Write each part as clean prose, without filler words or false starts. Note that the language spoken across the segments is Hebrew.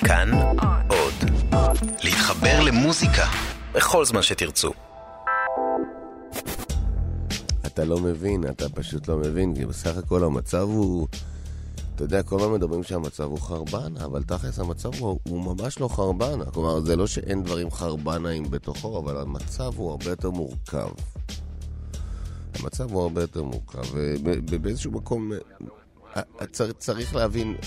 כאן עוד. להתחבר למוזיקה בכל זמן שתרצו. אתה לא מבין, אתה פשוט לא מבין, כי בסך הכל המצב הוא, אתה יודע, כל מה מדברים שהמצב הוא חרבן, אבל תכלס המצב הוא ממש לא חרבן. כלומר, זה לא שאין דברים חרבניים בתוכו, אבל המצב הוא הרבה יותר מורכב. המצב הוא הרבה יותר מורכב, ובאיזשהו מקום צריך להבין,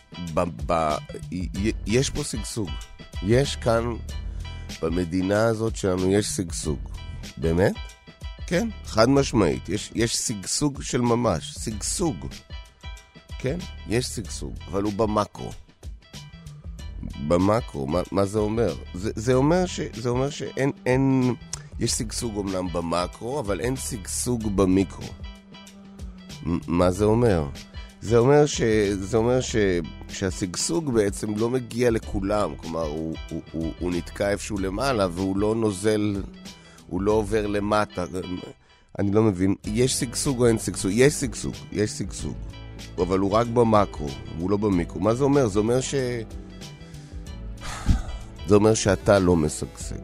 יש פה סגסוג. יש כאן, במדינה הזאת שלנו, יש סגסוג. באמת? כן, חד משמעית. יש סגסוג של ממש, סגסוג. כן, יש סגסוג, אבל הוא במקרו. במקרו, מה זה אומר? זה אומר שאין, יש סגסוג אומנם במקרו, אבל אין סגסוג במיקרו. מה זה אומר? זה אומר שהסגסוג בעצם לא מגיע לכולם, כלומר הוא נתקע איפשהו למעלה והוא לא נוזל, הוא לא עובר למטה. אני לא מבין, יש סגסוג או אין סגסוג? יש סגסוג, אבל הוא רק במקרו, הוא לא במיקרו. מה זה אומר? זה אומר שאתה לא משגשג.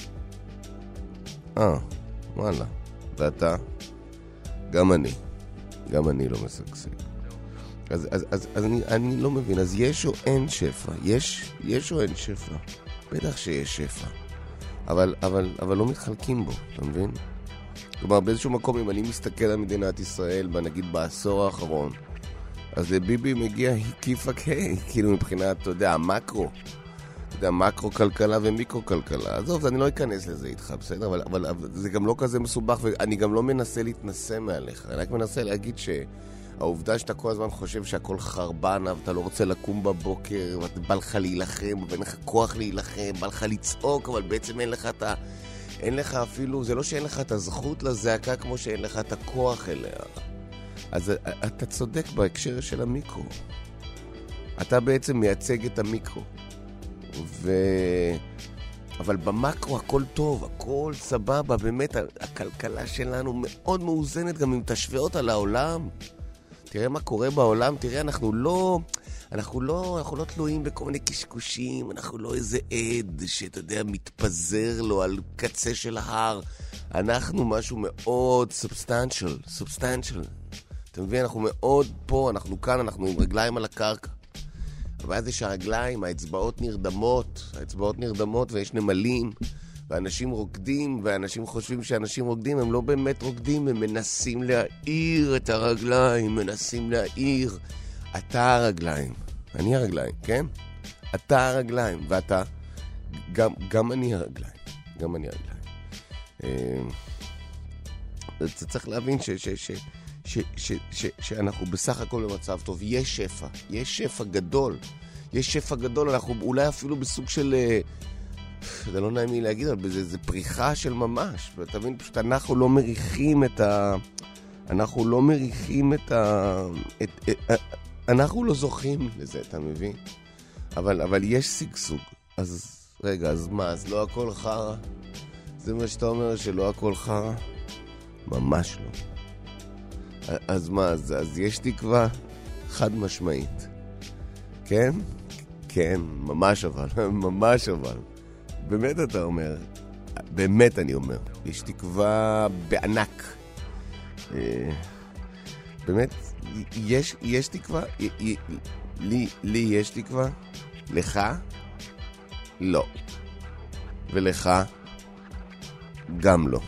וואלה. ואתה? גם אני לא משגשג. אז אני לא מבין, אז יש או אין שפע? יש או אין שפע? בטח שיש שפע. אבל לא מתחלקים בו, אתה מבין? כלומר, באיזשהו מקום, אם אני מסתכל על מדינת ישראל, נגיד בעשור האחרון, אז לביבי מגיע כיפק, כאילו מבחינת, אתה יודע, המקרו. אתה יודע, מקרו כלכלה ומיקרו כלכלה. עזוב, אני לא אכנס לזה איתך, בסדר? אבל זה גם לא כזה מסובך, ואני גם לא מנסה להתנסה מעליך. אני רק מנסה להגיד שהעובדה שאתה כל הזמן חושב שהכל חרבן, ואתה לא רוצה לקום בבוקר, ואתה בא לך להילחם, ואין לך כוח להילחם, בא לך לצעוק, אבל בעצם אין לך אפילו, זה לא שאין לך את הזכות לזעקה כמו שאין לך את הכוח אליה. אז אתה צודק בהקשר של המיקרו. אתה בעצם מייצג את המיקרו. אבל במקרו הכל טוב, הכל סבבה, באמת הכלכלה שלנו מאוד מאוזנת, גם אם תשווה אותה לעולם. תראה מה קורה בעולם, תראה, אנחנו לא תלויים בכל מיני קשקושים, אנחנו לא איזה עד שאתה יודע, מתפזר לו על קצה של ההר. אנחנו משהו מאוד substantial. אתה מבין, אנחנו מאוד פה, אנחנו כאן, אנחנו עם רגליים על הקרקע. אבל זה שהרגליים, האצבעות נרדמות ויש נמלים, ואנשים רוקדים, ואנשים חושבים שאנשים רוקדים, הם לא באמת רוקדים, הם מנסים להעיר את הרגליים, אתה הרגליים, אני הרגליים, כן? אתה הרגליים, ואתה, גם אני הרגליים. אתה צריך להבין שאנחנו בסך הכל במצב טוב. יש שפע גדול, אנחנו אולי אפילו בסוג של, זה לא נעים לי להגיד, אבל זה פריחה של ממש. ואתה מבין, פשוט אנחנו לא מריחים אנחנו לא זוכים לזה, אתה מבין? אבל יש סגסוג. אז רגע, אז מה? אז לא הכל חרה? זה מה שאתה אומר, שלא הכל חרה? ממש לא. אז מה? אז יש תקווה חד משמעית. כן? כן, ממש אבל. באמת אתה אומר. באמת אני אומר. יש תקווה בענק. באמת, יש תקווה. לי יש תקווה. לך? לא. ולך? גם לא.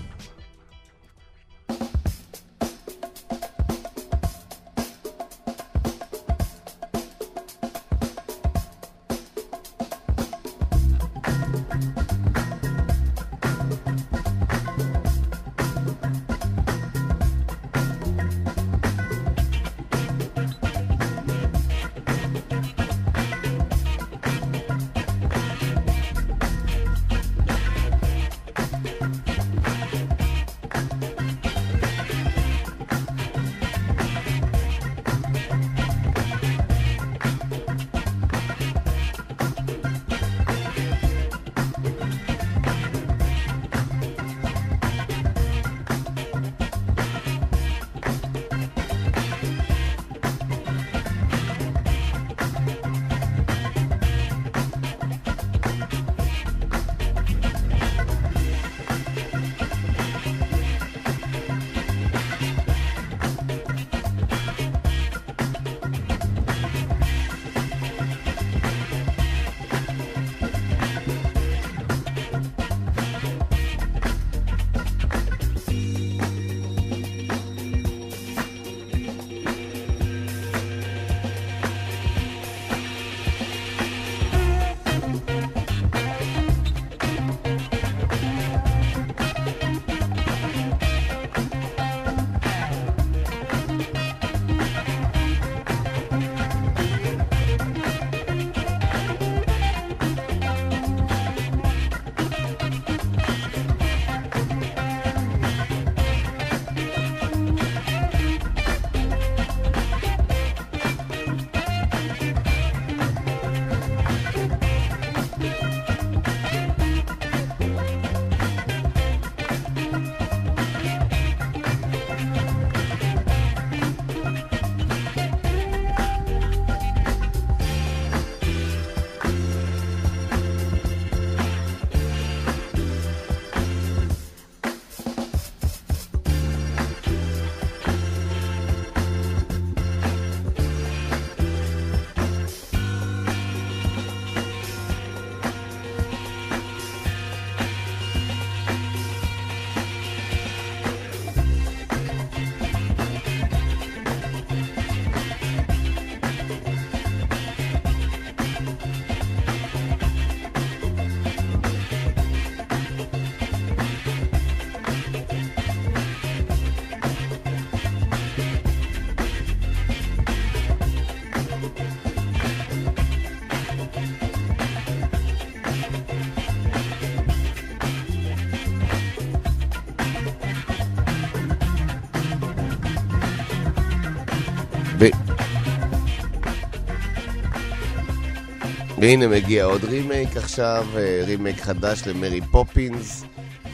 והנה מגיע עוד רימייק עכשיו, רימייק חדש למרי פופינס,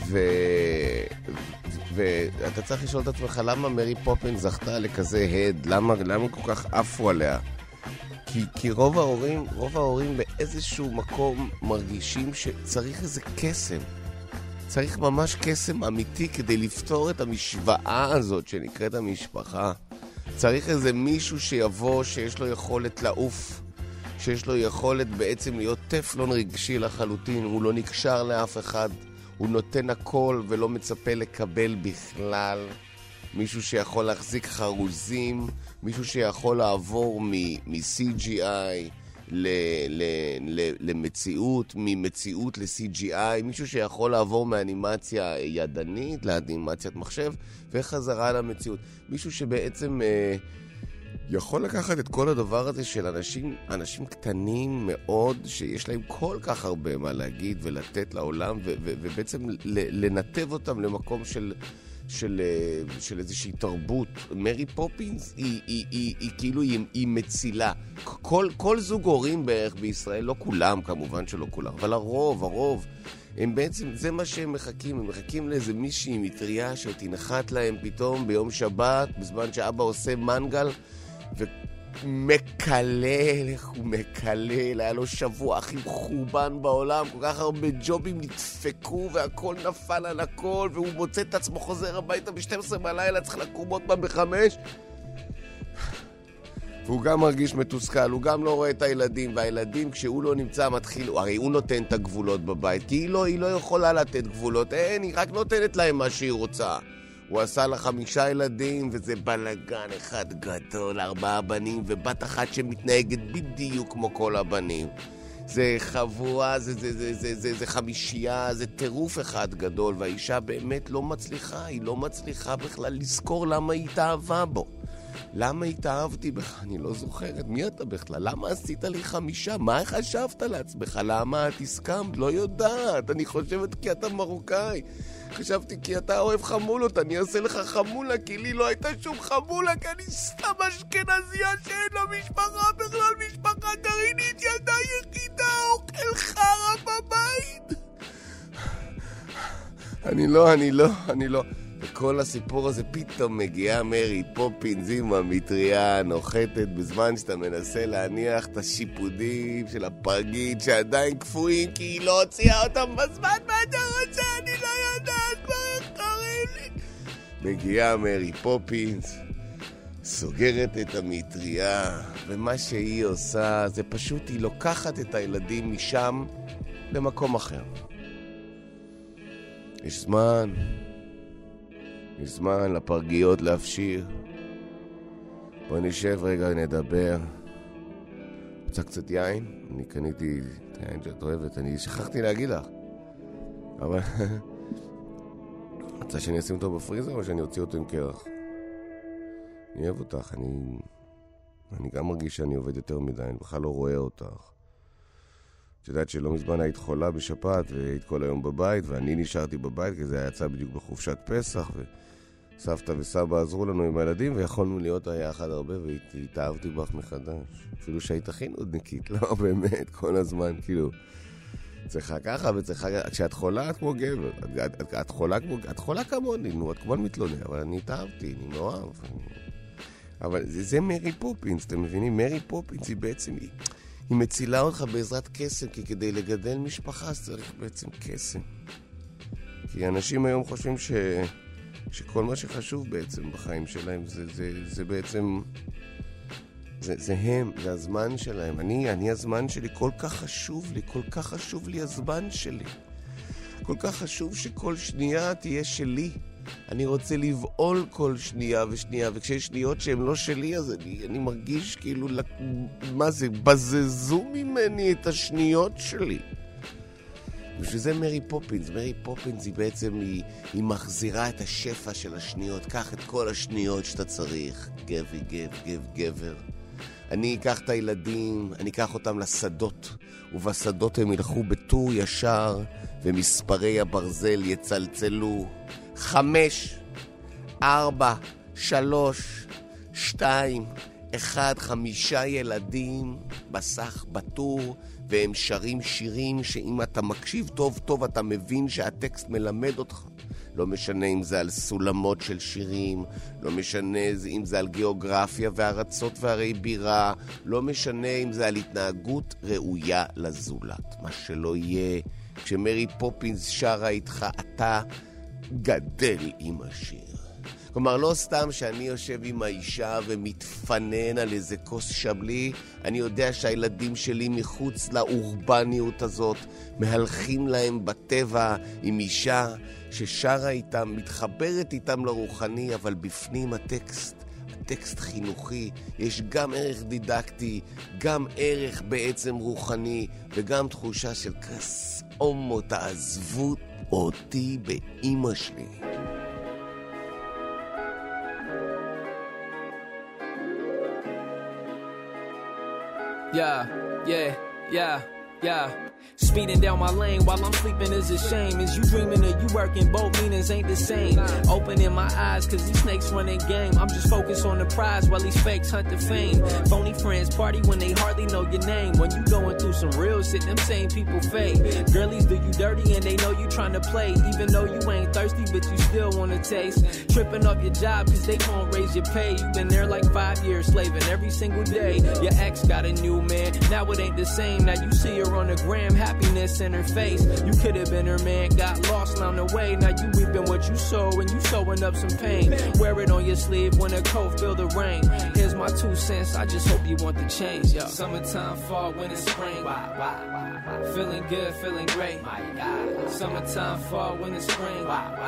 ואתה צריך לשאול את עצמך למה מרי פופינס זכתה לכזה הד, למה כל כך עפו עליה? כי רוב ההורים באיזשהו מקום מרגישים שצריך איזה קסם. צריך ממש קסם אמיתי כדי לפתור את המשוואה הזאת שנקראת המשפחה. צריך איזה מישהו שיבוא, שיש לו יכולת לעוף, שיש לו יכולת בעצם להיות טפלון רגשי לחלוטין, הוא לא נקשר לאף אחד, הוא נותן הכל ולא מצפה לקבל בכלל. מישהו שיכול להחזיק חרוזים, מישהו שיכול לעבור מ-CGI למציאות, ממציאות ל-CGI, מישהו שיכול לעבור מאנימציה ידנית לאנימציית מחשב וחזרה למציאות. מישהו שבעצם יכול לקחת את כל הדבר הזה של אנשים קטנים מאוד, שיש להם כל כך הרבה מה להגיד ולתת לעולם, ובעצם לנתב אותם למקום של איזושהי תרבות. מרי פופינס היא כאילו היא מצילה. כל זוג הורים בערך בישראל, לא כולם כמובן שלא כולם, אבל הרוב הם בעצם, זה מה שהם מחכים. הם מחכים לאיזה מישהי מטריה שתנחת להם פתאום ביום שבת, בזמן שאבא עושה מנגל, ומקלל, הוא מקלל, היה לו שבוע הכי חורבן בעולם, כל כך הרבה ג'ובים נדפקו והכל נפל על הכל, והוא מוצא את עצמו חוזר הביתה ב-12 בלילה, צריך לקום עוד פעם ב-5, והוא גם מרגיש מתוסכל, הוא גם לא רואה את הילדים, והילדים כשהוא לא נמצא מתחיל, הרי הוא נותן את הגבולות בבית, כי היא לא יכולה לתת גבולות, היא רק נותנת להם מה שהיא רוצה. הוא עשה לה 5 ילדים, וזה בלגן אחד גדול, 4 בנים, ובת אחת שמתנהגת בדיוק כמו כל הבנים. זה חבורה, זה 5, זה טירוף אחד גדול, והאישה באמת לא מצליחה, היא לא מצליחה בכלל לזכור למה היא התאהבה בו. למה התאהבתי בך? אני לא זוכרת. מי אתה בכלל? למה עשית לי 5? מה חשבת לעצמך? למה את הסכמת? לא יודעת. אני חושבת כי אתה מרוקאי. חשבתי כי אתה אוהב חמולות. אני אעשה לך חמולה, כי לי לא הייתה שום חמולה, כי אני סתם אשכנזיה שאין לה משפחה בכלל, משפחה גרעינית, ילדה יחידה, אוכל חרא בבית. אני לא. וכל הסיפור הזה פתאום מגיעה מרי פופינס עם המטריה נוחתת בזמן שאתה מנסה להניח את השיפודים של הפרגית שעדיין קפואים כי היא לא הוציאה אותם בזמן. מה אתה רוצה? אני לא יודעת כבר איך קוראים לי. מגיעה מרי פופינס, סוגרת את המטריה, ומה שהיא עושה זה פשוט היא לוקחת את הילדים משם למקום אחר. יש זמן לפרגיות להפשיר. בוא נשב רגע, נדבר. רוצה קצת יין? אני קניתי את היין שאת אוהבת, אני שכחתי להגיד לך. אבל רוצה שאני אשים אותו בפריזר או שאני אוציא אותו עם קרח? אני אוהב אותך, אני גם מרגיש שאני עובד יותר מדי, אני בכלל לא רואה אותך. את יודעת שלא מזמן היית חולה בשפעת והיית כל היום בבית, ואני נשארתי בבית כי זה יצא בדיוק בחופשת פסח, וסבתא וסבא עזרו לנו עם הילדים ויכולנו להיות יחד הרבה, והתאהבתי בך מחדש. אפילו שהיית הכי נודניקית, לא באמת, כל הזמן, כאילו, צריכה ככה וצריכה, כשאת חולה את כמו גבר, את חולה כמוני, נו, את כמו מתלונן, אבל אני התאהבתי, אני מאוהב. אבל זה מרי פופינס, אתם מבינים? מרי פופינס היא בעצם, היא מצילה אותך בעזרת קסם, כי כדי לגדל משפחה צריך בעצם קסם. כי אנשים היום חושבים שכל מה שחשוב בעצם בחיים שלהם זה בעצם, זה הם, זה הזמן שלהם. אני הזמן שלי כל כך חשוב לי הזמן שלי. כל כך חשוב שכל שנייה תהיה שלי. אני רוצה לבעול כל שנייה ושנייה, וכשיש שניות שהן לא שלי, אז אני מרגיש כאילו, מה זה, בזזו ממני את השניות שלי. ושזה מרי פופינס. מרי פופינס היא בעצם, היא מחזירה את השפע של השניות. קח את כל השניות שאתה צריך. גבר. אני אקח את הילדים, אני אקח אותם לשדות, ובשדות הם ילכו בטור ישר, ומספרי הברזל יצלצלו. 5, 4, 3, 2, 5 ילדים בסך בטור, והם שרים שירים שאם אתה מקשיב טוב טוב אתה מבין שהטקסט מלמד אותך. לא משנה אם זה על סולמות של שירים, לא משנה אם זה על גיאוגרפיה וארצות וערי בירה, לא משנה אם זה על התנהגות ראויה לזולת. מה שלא יהיה, כשמרי פופינס שרה איתך, אתה גדל עם השיר. כלומר, לא סתם שאני יושב עם האישה ומתפנן על איזה כוס שבלי, אני יודע שהילדים שלי מחוץ לאורבניות הזאת מהלכים להם בטבע עם אישה ששרה איתם, מתחברת איתם לרוחני, אבל בפנים הטקסט חינוכי, יש גם ערך דידקטי, גם ערך בעצם רוחני, וגם תחושה של קסאומו, תעזבו אותי באמא שלי. Yeah. Speeding down my lane while I'm sleeping is a shame. Is you dreaming or you working? Both meanings ain't the same. Opening my eyes cause these snakes running game. I'm just focused on the prize while these fakes hunt the fame. Phony friends party when they hardly know your name. When you going through some real shit, them same people fake. Girlies do you dirty and they know you trying to play. Even though you ain't thirsty but you still wanna taste. Tripping up your job cause they won't raise your pay. You been there like 5 years slaving every single day. Your ex got a new man, now it ain't the same. Now you see her on the gram, happiness in her face. You could have been her man, got lost along the way. Now you reaping what you sow and you sowing up some pain. Wear it on your sleeve when a cold feel the rain. Here's my 2 cents, I just hope you want the change, yo. Summertime, fall, winter, spring. Feeling good, feeling great. My God. Summertime, fall, winter, spring.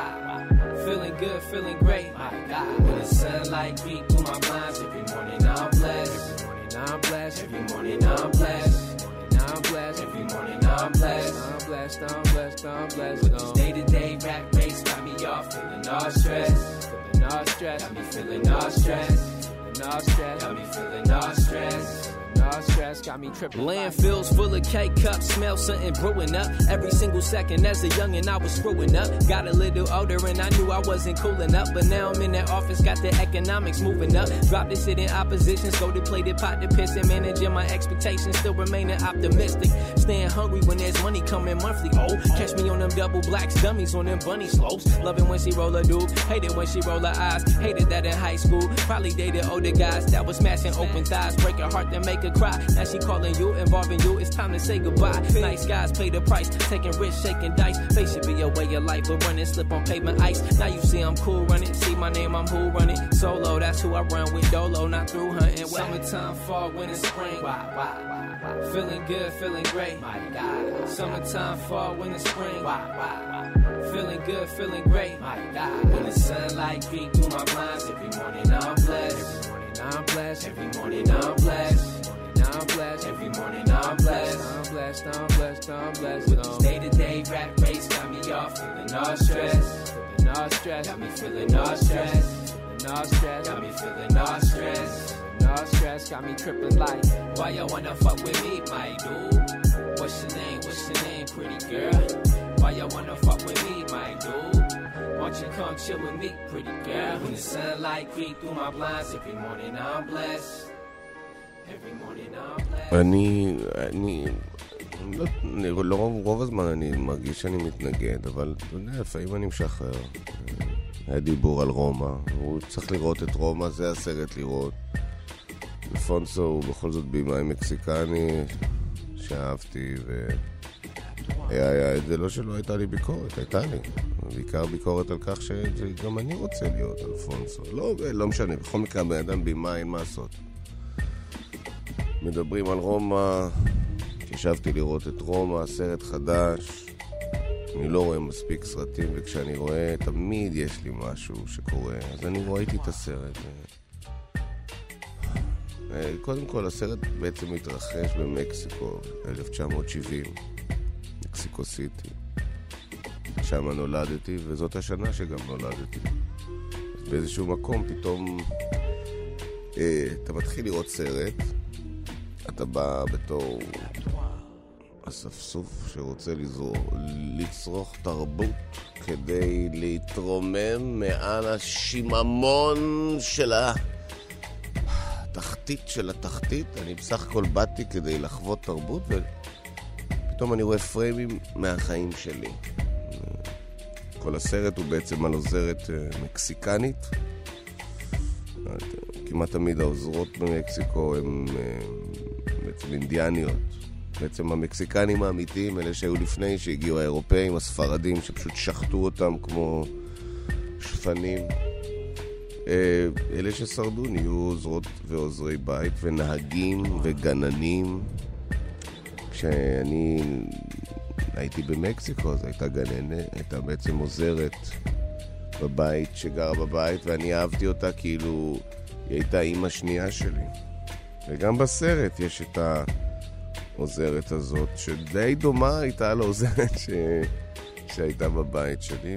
Feeling good, feeling great. My God. When the sunlight beat through my blinds, every morning I'm blessed. Every morning I'm blessed. I'm blessed. Every morning I'm blessed. I'm blessed. But this day-to-day rap race got me off feeling all stress. Got me feeling all stress. Got me feeling all stress. Got me tripping. Landfills full of K-cups, smell something brewing up. Every single second as a youngin' I was screwing up. Got a little older and I knew I wasn't cool enough. But now I'm in that office, got the economics moving up. Drop this shit in opposition, so to play the pot to piss and managing my expectations, still remaining optimistic. Staying hungry when there's money coming monthly. Oh, catch me on them double blacks, dummies on them bunny slopes. Loving when she roll her dude, hated when she roll her eyes. Hated that in high school, probably dated older guys that was smashing open thighs, break her heart then make her cry. Now she calling you, involving you, it's time to say goodbye. Nice guys pay the price, taking risks, shaking dice. They should be a way of life, but running, slip on pavement ice. Now you see I'm cool running, see my name, I'm who running. Solo, that's who I run with, dolo, not through hunting. Summertime, fall, winter, spring. Feeling good, feeling great. My God. Summertime, fall, winter, spring. Feeling good, feeling great. My God. When the sunlight beat through my blinds, every morning I'm blessed. Every morning I'm blessed. Every morning I'm blessed. With this day-to-day rap race got me off feeling all stress. Got me feeling all stress. Got me feeling all stress. Got me tripping like, why you wanna fuck with me, my dude? What's your name, pretty girl? Why you wanna fuck with me, my dude? Won't you come chill with me, pretty girl? When the sunlight creep through my blinds, every morning I'm blessed. אני רוב הזמן אני מרגיש שאני מתנגד, אבל אתה יודע, לפעמים אני משחרר. היה דיבור על רומא, הוא צריך לראות את רומא, זה הסרט לראות. אלפונסו הוא בכל זאת בימאי מקסיקני שאהבתי, זה לא שלא הייתה לי ביקורת, הייתה לי. בעיקר ביקורת על כך שגם אני רוצה להיות אלפונסו. לא משנה, בכל מקרה באדם בימאי אין מה לעשות. מדברים על רומא, ישבתי לראות את רומא, סרט חדש. אני לא רואה מספיק סרטים, וכשאני רואה תמיד יש לי משהו שקורה, אז אני ראיתי את הסרט. קודם כל הסרט בעצם מתרחש במקסיקו 1970, מקסיקו סיטי. שם נולדתי, וזאת השנה שגם נולדתי. אז באיזשהו מקום פתאום אתה מתחיל לראות סרט, אתה בא בתור אספסוף שרוצה לצרוך תרבות כדי להתרומם מעל השיממון של התחתית התחתית של התחתית, אני בסך הכל באתי כדי לחוות תרבות, ופתאום אני רואה פריימים מהחיים שלי. כל הסרט הוא בעצם על עוזרת מקסיקנית. כמעט תמיד העוזרות במקסיקו הן בעצם אינדיאניות. בעצם המקסיקנים האמיתיים, אלה שהיו לפני, שהגיעו האירופאים, הספרדים, שפשוט שחטו אותם כמו שפנים. אלה ששרדו נהיו עוזרות ועוזרי בית ונהגים וגננים. כשאני הייתי במקסיקו, אז הייתה גננת, הייתה בעצם עוזרת בבית, שגרה בבית, ואני אהבתי אותה כאילו היא הייתה אימא שנייה שלי. וגם בסרט יש את העוזרת הזאת, שדי דומה הייתה לעוזרת שהייתה בבית שלי,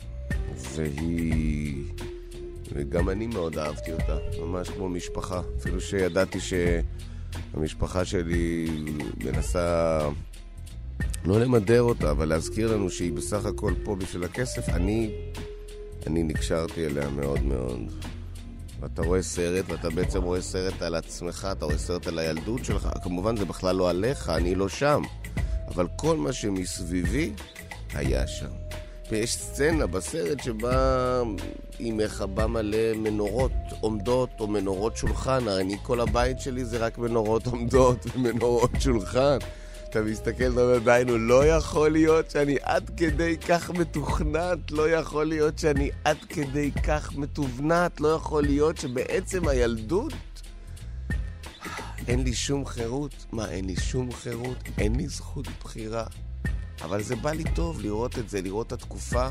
וגם אני מאוד אהבתי אותה, ממש כמו משפחה. אפילו שידעתי שהמשפחה שלי מנסה לא למדר אותה, אבל להזכיר לנו שהיא בסך הכל פה בשביל הכסף, אני נקשרתי אליה מאוד מאוד. ואתה רואה סרט, ואתה בעצם רואה סרט על עצמך, אתה רואה סרט על הילדות שלך. כמובן זה בכלל לא עליך, אני לא שם. אבל כל מה שמסביבי היה שם. ויש סצנה בסרט שבה היא מחבה מלא מנורות עומדות או מנורות שולחן. הרי כל הבית שלי זה רק מנורות עומדות ומנורות שולחן. אתה מסתכל עדיין, לא יכול להיות שאני עד כדי כך מתוכנת, לא יכול להיות שאני עד כדי כך מתובנת, לא יכול להיות שבעצם הילדות אין לי שום חירות. מה, אין לי שום חירות? אין לי זכות בחירה. אבל זה בא לי טוב לראות את זה, לראות את התקופה.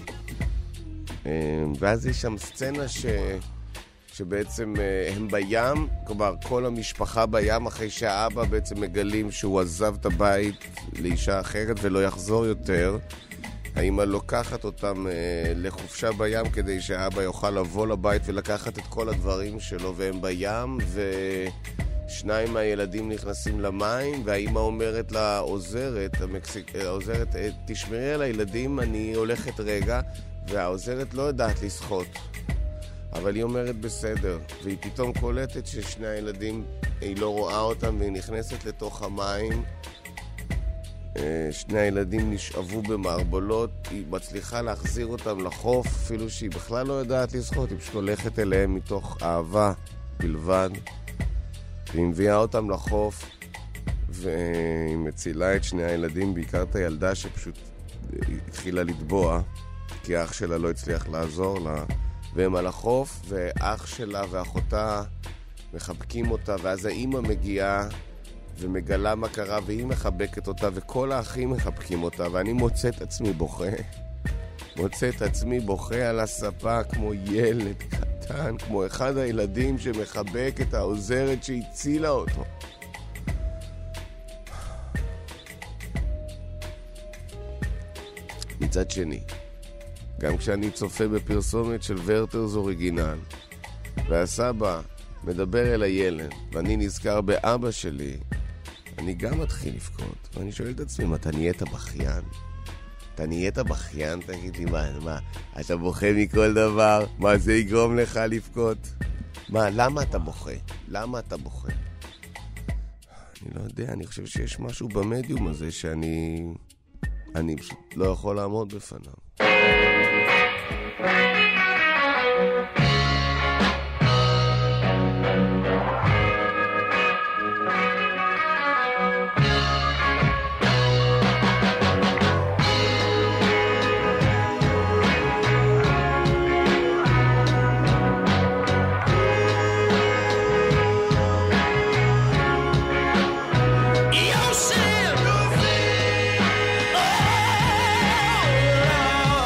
ואז יש שם סצנה שבעצם הם בים, כלומר כל המשפחה בים, אחרי שהאבא בעצם מגלים שהוא עזב את הבית לאישה אחרת ולא יחזור יותר. האמא לוקחת אותם לחופשה בים כדי שהאבא יוכל לבוא לבית ולקחת את כל הדברים שלו, והם בים, ושניים מהילדים נכנסים למים, והאמא אומרת לעוזרת, העוזרת, תשמרי על הילדים, אני הולכת רגע, והעוזרת לא יודעת לשחות. אבל היא אומרת בסדר, והיא פתאום קולטת ששני הילדים, היא לא רואה אותם והיא נכנסת לתוך המים. שני הילדים נשאבו במערבולות, היא מצליחה להחזיר אותם לחוף, אפילו שהיא בכלל לא יודעת לשחות, היא פשוט הולכת אליהם מתוך אהבה בלבד. והיא מביאה אותם לחוף, והיא מצילה את שני הילדים, בעיקר את הילדה שפשוט התחילה לטבוע, כי אח שלה לא הצליח לעזור לה. והם על החוף, ואח שלה ואחותה מחבקים אותה, ואז האמא מגיעה ומגלה מה קרה, והיא מחבקת אותה, וכל האחים מחבקים אותה, ואני מוצא את עצמי בוכה. מוצא את עצמי בוכה על הספה כמו ילד קטן, כמו אחד הילדים שמחבק את העוזרת שהצילה אותו. מצד שני, גם כשאני צופה בפרסומת של ורטרס אוריגינל, והסבא מדבר אל הילד, ואני נזכר באבא שלי, אני גם מתחיל לבכות. ואני שואל את עצמי, אתה נהיית בכיין? אתה נהיית בכיין? תגיד לי, מה, אתה בוכה מכל דבר? מה, זה יגרום לך לבכות? מה, למה אתה בוכה? למה אתה בוכה? אני לא יודע, אני חושב שיש משהו במדיום הזה שאני פשוט לא יכול לעמוד בפניו. Yo, Sam!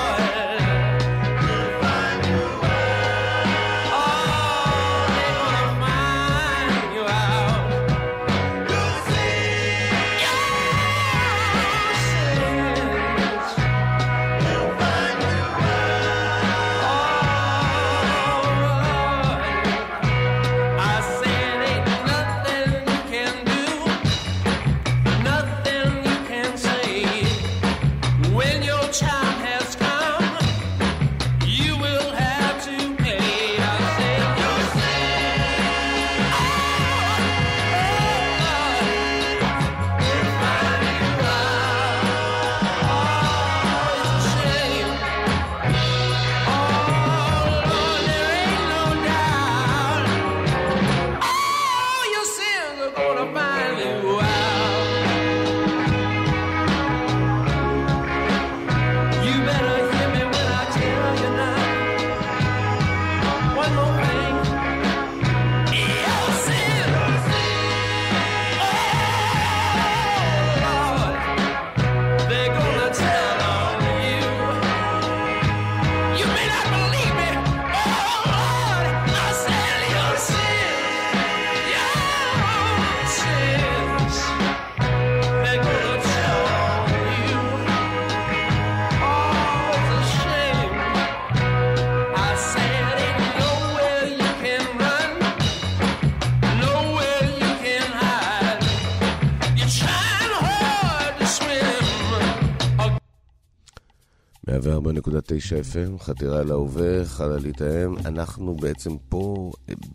104.9 FM, חתירה אל ההווה, חללית האם. אנחנו בעצם פה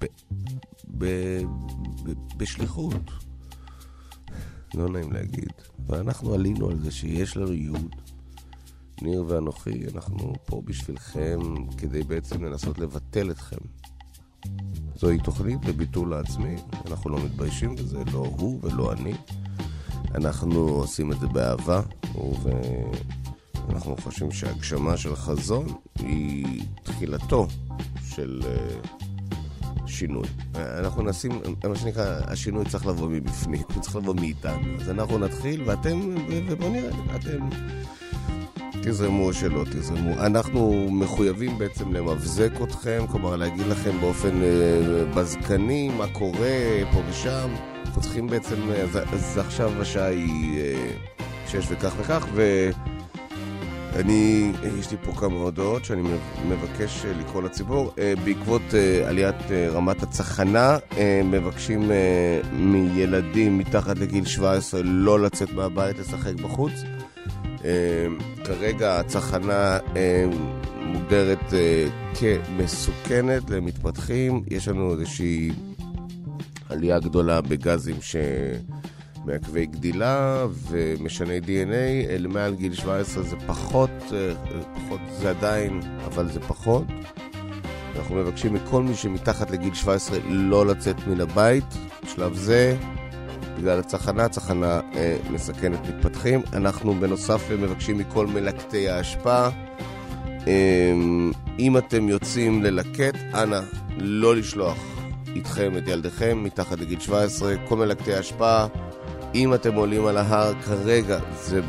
בשליחות. לא נעים להגיד. ואנחנו עלינו על זה שיש לנו ייעוד. ניר ואנוכי, אנחנו פה בשבילכם כדי בעצם לנסות לבטל אתכם. זוהי תוכנית לביטול העצמי. אנחנו לא מתביישים בזה, לא הוא ולא אני. אנחנו עושים את זה באהבה, ואנחנו חושבים שהגשמה של חזון היא תחילתו של שינוי. אנחנו נשים, מה שנקרא, השינוי צריך לבוא מבפנים, הוא צריך לבוא מאיתנו. אז אנחנו נתחיל, ובוא נראה, אתם תזרמו או שלא תזרמו. אנחנו מחויבים בעצם למבזק אתכם, כלומר להגיד לכם באופן בזקני מה קורה פה ושם. אנחנו צריכים בעצם, אז עכשיו השעה היא 6 וכך וכך, יש לי פה כמה הודעות שאני מבקש לקרוא לציבור. בעקבות עליית רמת הצחנה, מבקשים מילדים מתחת לגיל 17 לא לצאת מהבית, לשחק בחוץ. כרגע הצחנה מוגדרת כמסוכנת למתפתחים. יש לנו איזושהי עלייה גדולה בגזים מעכבי גדילה ומשני DNA. למעל גיל 17 זה פחות, זה עדיין, אבל זה פחות. אנחנו מבקשים מכל מי שמתחת לגיל 17 לא לצאת מן הבית בשלב זה, בגלל הצחנה מסכנת מתפתחים. אנחנו בנוסף מבקשים מכל מלקטי ההשפעה, אם אתם יוצאים ללקט, אנא לא לשלוח איתכם את ילדיכם מתחת לגיל 17. כל מלקטי ההשפעה, אם אתם עולים על ההר כרגע, זה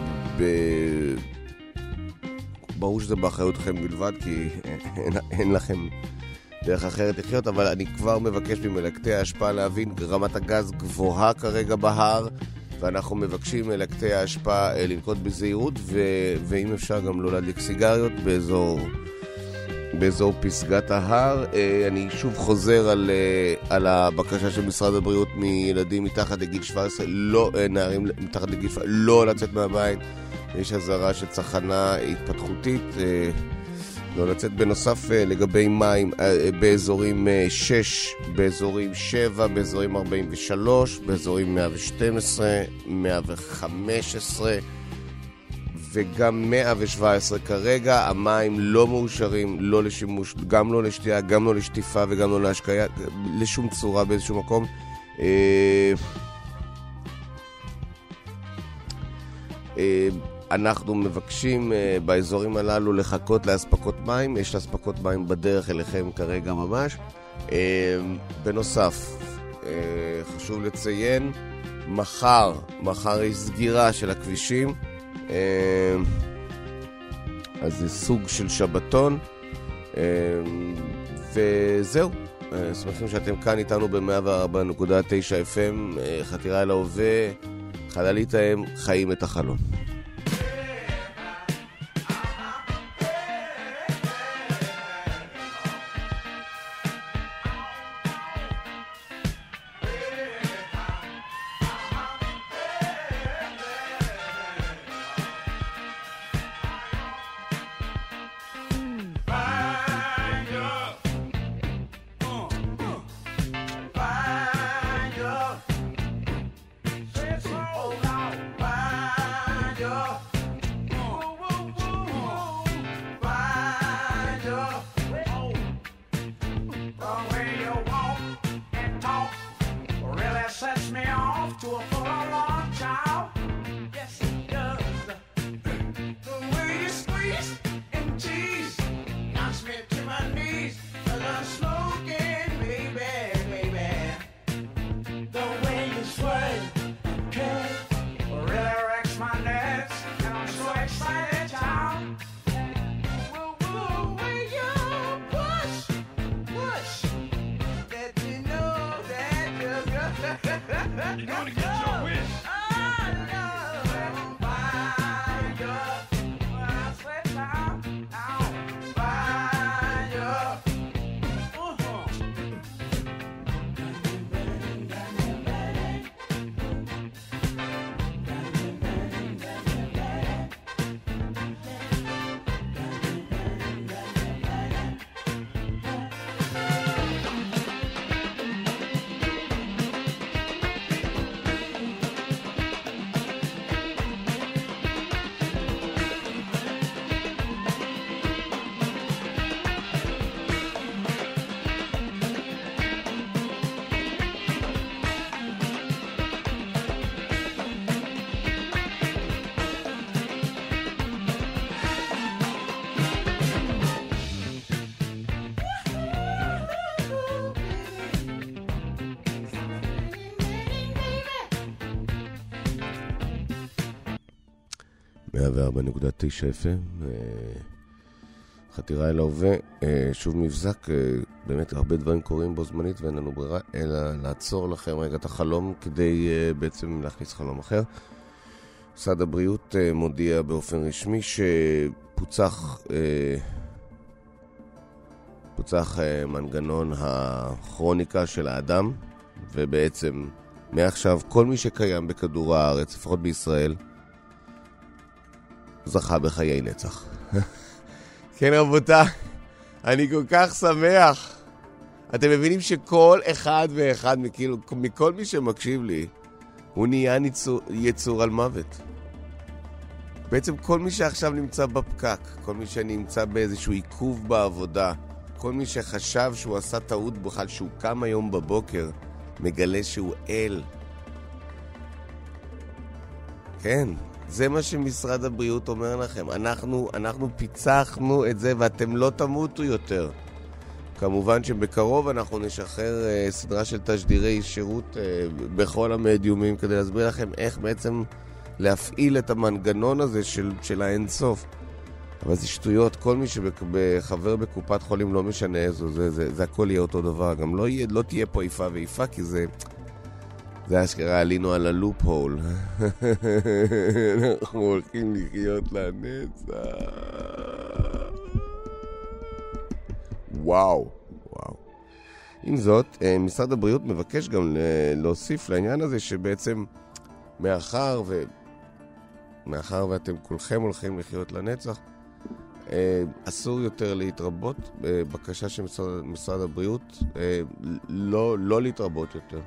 ברור שזה באחריותכם בלבד, כי אין לכם דרך אחרת לחיות, אבל אני כבר מבקש ממלקטי ההשפעה להבין, רמת הגז גבוהה כרגע בהר, ואנחנו מבקשים מלקטי ההשפעה לנקוט בזהירות, ואם אפשר גם לא להדליק סיגריות באזור פסגת ההר. אני שוב חוזר על הבקשה של משרד הבריאות מילדים מתחת לגיל 17, נערים מתחת לגיל 17, לא לצאת מהבית. יש הזרה של צחנה התפתחותית, לא לצאת. בנוסף לגבי מים, באזורים 6, באזורים 7, באזורים 43, באזורים 112, 115 וגם 117 כרגע. המים לא מאושרים, לא לשימוש, גם לא לשתייה, גם לא לשטיפה וגם לא להשקיה, לשום צורה באיזשהו מקום. אנחנו מבקשים באזורים הללו לחכות להספקות מים. יש להספקות מים בדרך אליכם כרגע ממש. בנוסף, חשוב לציין, מחר יש סגירה של הכבישים, אז זה סוג של שבתון, וזהו. שמחים שאתם כאן איתנו ב-104.9 FM, חתירה אל ההווה, חללית האם, חיים את החלום. You're gonna get your wish. 104.9 FM, חתירה אל ההווה, שוב מבזק, באמת הרבה דברים קורים בו זמנית ואין לנו ברירה, אלא לעצור לכם רגע את החלום כדי בעצם להכניס חלום אחר. משרד הבריאות מודיע באופן רשמי שפוצח מנגנון הכרוניקה של האדם, ובעצם מעכשיו כל מי שקיים בכדור הארץ, לפחות בישראל, זכה בחיי נצח. כן רבותה, אני כל כך שמח. אתם מבינים שכל אחד ואחד מכל מי שמקשיב לי, הוא נהיה יצור על מוות. בעצם כל מי שעכשיו נמצא בפקק, כל מי שנמצא באיזשהו עיכוב בעבודה, כל מי שחשב שהוא עשה טעות בכלל, שהוא קם היום בבוקר, מגלה שהוא אל. כן, זה מה שמשרד הבריאות אומר לכם. אנחנו פיצחנו את זה ואתם לא תמותו יותר. כמובן שבקרוב אנחנו נשחרר סדרה של תשדירי שירות בכל המדיומים כדי להסביר לכם איך בעצם להפעיל את המנגנון הזה של האינסוף. אבל זה שטויות, כל מי שחבר בקופת חולים לא משנה איזו, זה הכל יהיה אותו דבר. גם לא תהיה פה איפה ואיפה, כי זה אשכרה עלינו על הלופ הול. אנחנו הולכים לחיות לנצח. וואו. עם זאת, משרד הבריאות מבקש גם להוסיף לעניין הזה שבעצם מאחר ואתם כולכם הולכים לחיות לנצח, אסור יותר להתרבות. בקשה של משרד הבריאות לא להתרבות יותר.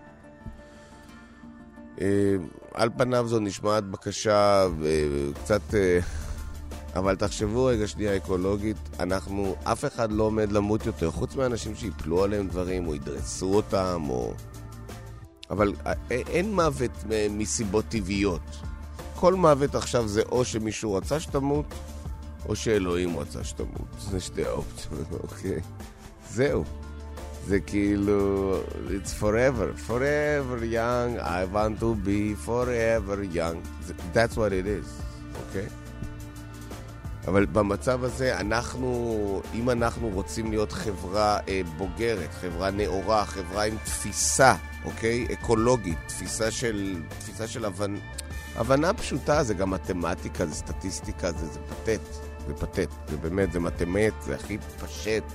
על פניו זו נשמעת בקשה קצת, אבל תחשבו רגע שנייה אקולוגית, אף אחד לא עומד למות יותר, חוץ מהאנשים שיפלו עליהם דברים או ידרסו אותם, אבל אין מוות מסיבות טבעיות. כל מוות עכשיו זה או שמישהו רצה שתמות, או שאלוהים רצה שתמות. זה שתי האופציות, אוקיי? זהו. זה כאילו, it's forever young, I want to be forever young. That's what it is, אוקיי? אבל במצב הזה, אם אנחנו רוצים להיות חברה בוגרת, חברה נאורה, חברה עם תפיסה, אוקיי? אקולוגית, תפיסה של הבנה פשוטה, זה גם מתמטיקה, זה סטטיסטיקה, זה פתט, זה באמת, זה מתמת, זה הכי פשט.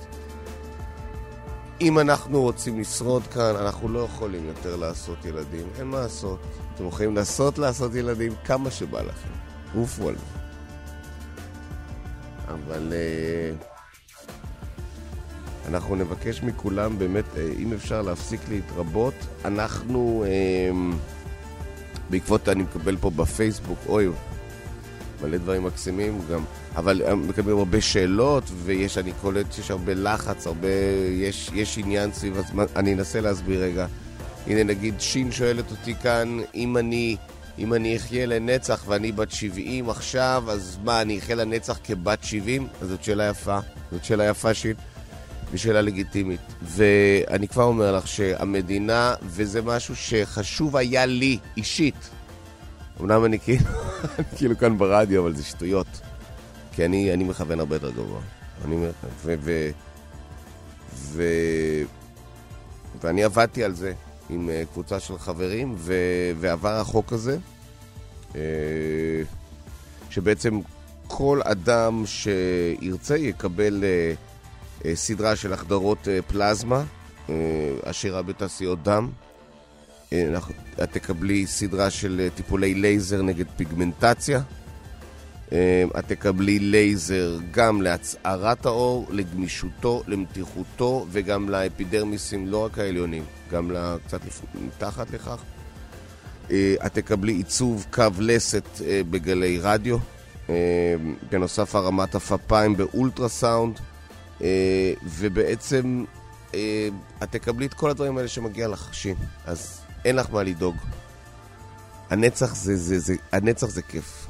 אם אנחנו רוצים לשרוד כאן, אנחנו לא יכולים יותר לעשות ילדים. אין מה לעשות. אתם יכולים לעשות ילדים כמה שבא לכם. עופו על זה. אבל אנחנו נבקש מכולם באמת, אם אפשר להפסיק להתרבות. אנחנו, בעקבות אני מקבל פה בפייסבוק, מלא דברים מקסימים גם, אבל מקבלים הרבה שאלות, אני קולט שיש הרבה לחץ, יש עניין סביב הזמן. אני אנסה להסביר רגע. הנה נגיד שין שואלת אותי כאן, אם אני אחיה לנצח ואני בת 70 עכשיו, אז מה, אני אחיה לנצח כבת 70? אז זאת שאלה יפה שין, ושאלה לגיטימית. ואני כבר אומר לך שהמדינה, וזה משהו שחשוב היה לי אישית, אמנם אני כאילו כאן ברדיו, אבל זה שטויות. כי אני מכוון הרבה יותר גבוה. ואני עבדתי על זה עם קבוצה של חברים, ועבר החוק הזה, שבעצם כל אדם שירצה יקבל סדרה של החדרות פלזמה, עשירה בתעשיות דם. את תקבלי סדרה של טיפולי לייזר נגד פיגמנטציה. את תקבלי לייזר גם להצערת האור, לגמישותו, למתיחותו, וגם לאפידרמיסים, לא רק העליונים, גם קצת מתחת לכך. את תקבלי עיצוב קו לסת בגלי רדיו, בנוסף הרמת הפפיים באולטרסאונד, ובעצם את תקבלי את כל הדברים האלה שמגיע לך, שין. אז אין לך מה לדאוג. הנצח זה כיף.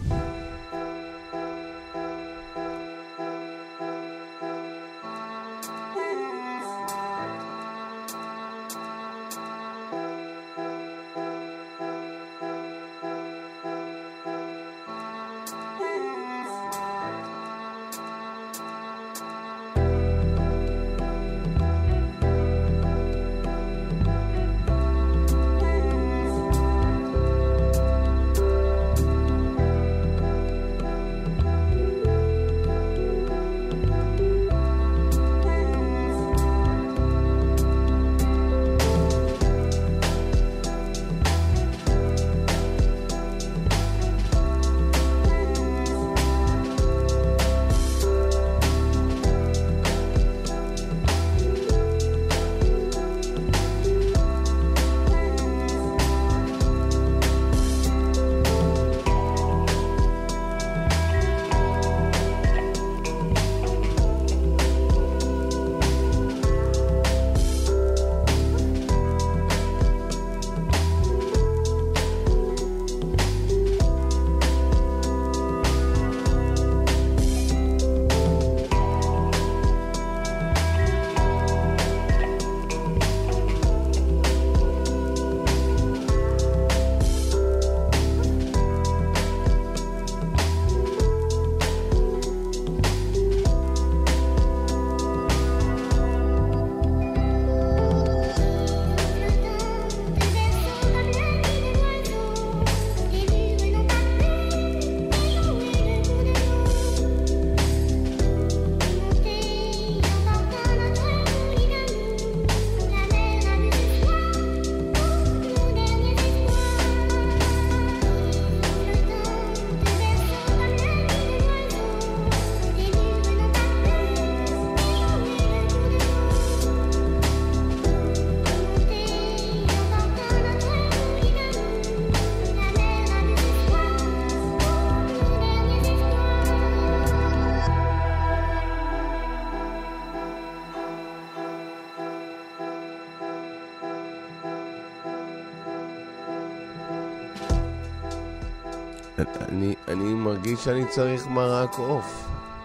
אני מרגיש שאני צריך מרק עוף.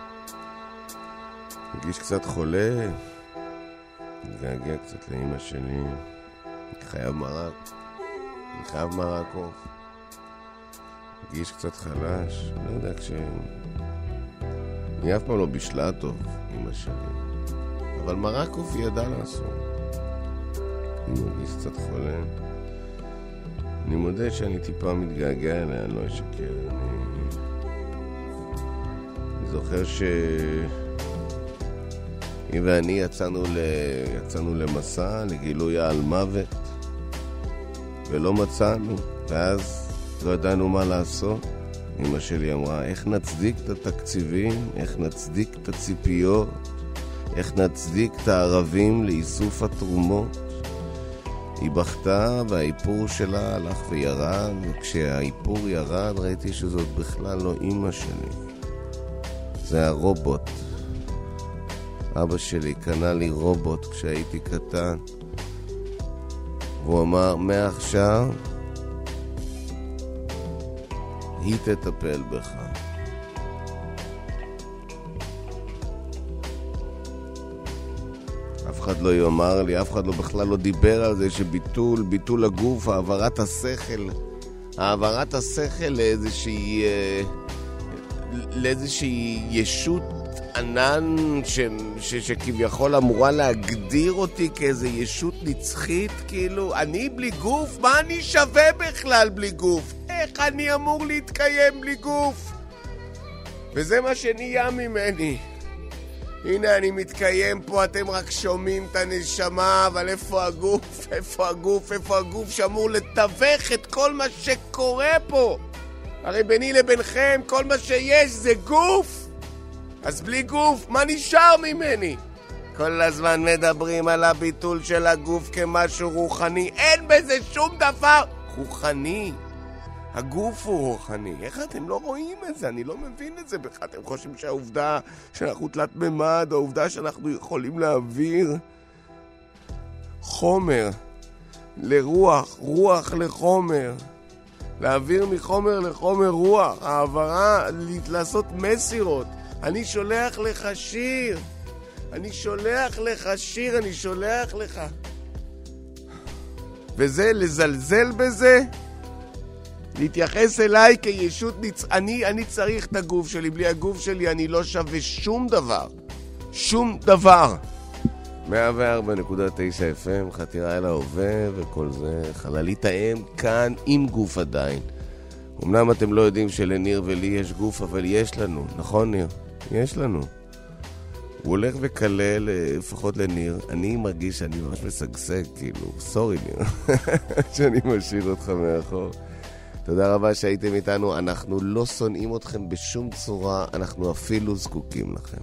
מרגיש קצת חולה. מתגעגע קצת לאמא שלי. אני חייב מרק עוף. מרגיש קצת חלש. לא יודע, אני אף פעם לא בשלה טוב, אמא שלי. אבל מרק עוף היא ידעה לעשות. אני מרגיש קצת חולה. אני מודה שאני טיפה מתגעגע אליה, אני לא אשקר. אני זוכר היא ואני יצאנו למסע, לגילוי על מוות, ולא מצאנו, ואז לא ידענו מה לעשות. אמא שלי אמרה, איך נצדיק את התקציבים, איך נצדיק את הציפיות, איך נצדיק את הערבים לאיסוף התרומות. היא בכתה והאיפור שלה הלך וירד, וכשהאיפור ירד ראיתי שזאת בכלל לא אמא שלי. זה הרובוט. אבא שלי קנה לי רובוט כשהייתי קטן, והוא אמר, מעכשיו היא תטפל בך. אף אחד לא יאמר לי, אף אחד לא בכלל לא דיבר על זה שביטול הגוף, העברת השכל לאיזושהי ישות ענן שכביכול אמורה להגדיר אותי כאיזו ישות נצחית, כאילו אני בלי גוף? מה אני שווה בכלל בלי גוף? איך אני אמור להתקיים בלי גוף? וזה מה שנהיה ממני. הנה אני מתקיים פה, אתם רק שומעים את הנשמה, אבל איפה הגוף? איפה הגוף שאמור לתווך את כל מה שקורה פה? הרי ביני לבינכם כל מה שיש זה גוף. אז בלי גוף, מה נשאר ממני? כל הזמן מדברים על הביטול של הגוף כמשהו רוחני. אין בזה שום דבר רוחני. הגוף הוא רוחני. איך אתם לא רואים את זה? אני לא מבין את זה בכלל. אתם חושבים שהעובדה שאנחנו תלת ממד, או העובדה שאנחנו יכולים להעביר חומר לרוח, רוח לחומר, להעביר מחומר לחומר רוח, העברה, לעשות מסירות. אני שולח לך שיר, אני שולח לך. וזה, לזלזל בזה, להתייחס אליי כישות אני צריך את הגוף שלי, בלי הגוף שלי אני לא שווה שום דבר. 104.9 FM, חתירה אל ההווה וכל זה, חללית האם כאן עם גוף עדיין. אמנם אתם לא יודעים שלניר ולי יש גוף, אבל יש לנו, נכון ניר? יש לנו. הוא הולך וקלל, לפחות לניר. אני מרגיש שאני ממש משגשג, כאילו, סורי ניר, שאני משאיר אותך מאחור. תודה רבה שהייתם איתנו, אנחנו לא שונאים אתכם בשום צורה, אנחנו אפילו זקוקים לכם.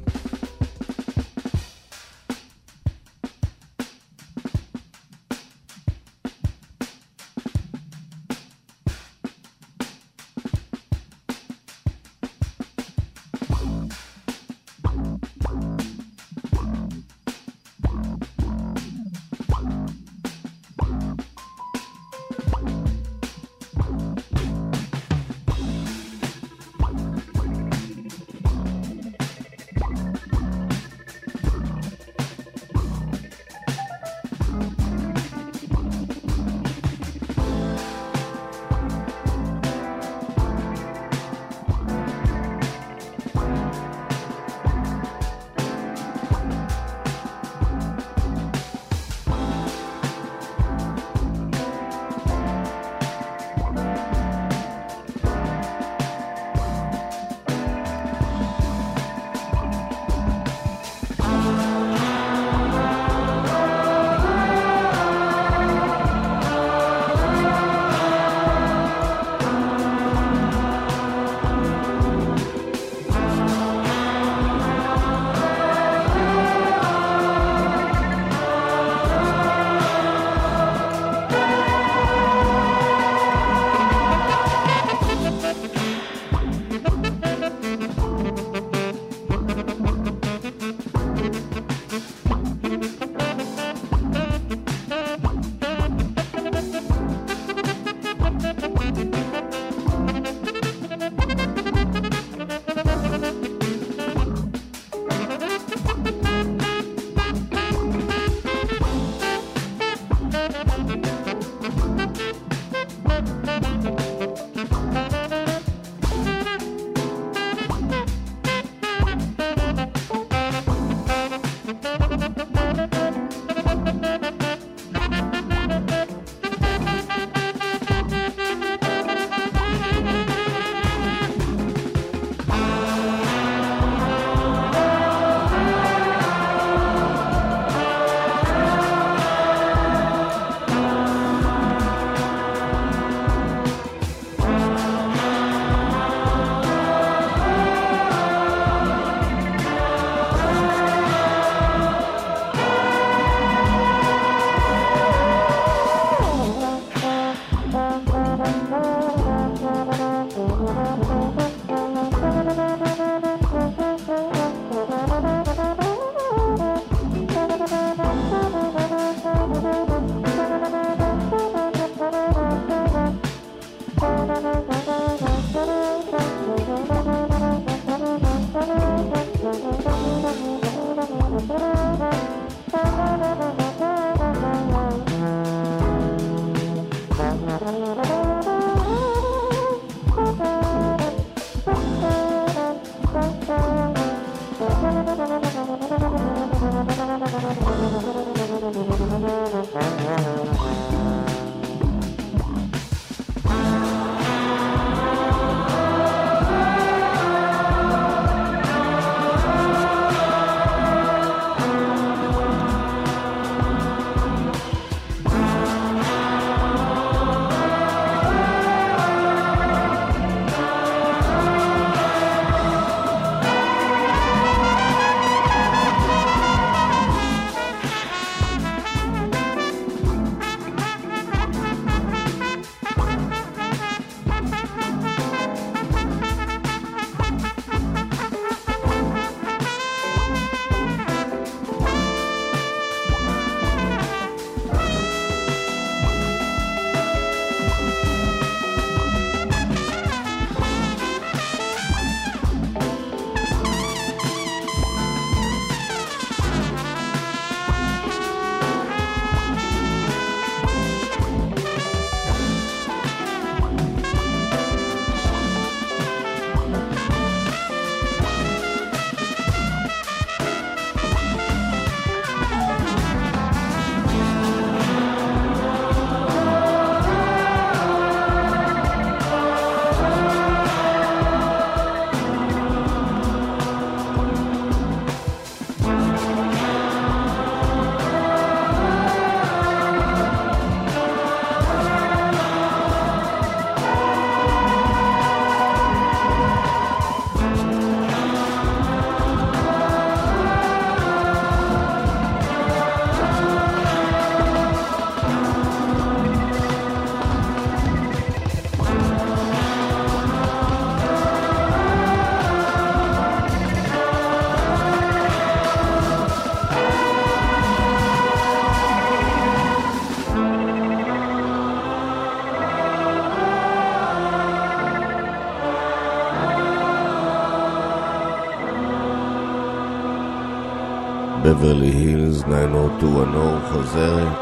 בברלי הילס 90210 חוזרת.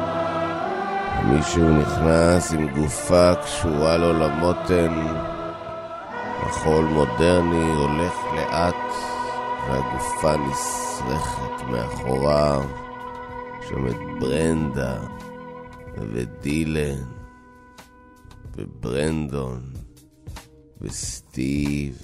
מישהו נכנס עם גופה קשורה לו למותן, מחול מודרני הולך לאט והגופה נשרכת מאחורה. שם את ברנדה ודילן וברנדון וסטיב.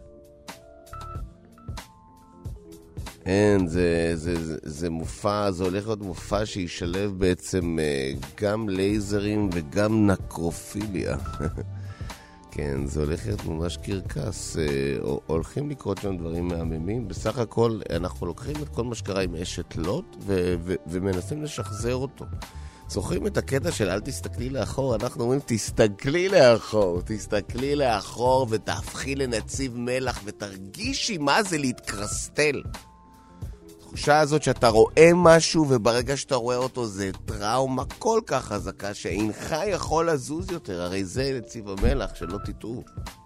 אין, זה מופע, זה הולך להיות מופע שישלב בעצם גם לייזרים וגם נקרופיליה. כן, זה הולך להיות ממש קרקס. הולכים לקרות שם דברים מהממים. בסך הכל אנחנו לוקחים את כל מה שקרה עם אשת לוט ומנסים לשחזר אותו. זוכרים את הקטע של אל תסתכלי לאחור? אנחנו אומרים תסתכלי לאחור, תסתכלי לאחור ותהפכי לנציב מלח ותרגישי מה זה להתקרסטל. התחושה הזאת שאתה רואה משהו וברגע שאתה רואה אותו זה טראומה כל כך חזקה שאינך יכול לזוז יותר. הרי זה נציב המלח, שלא תטעו.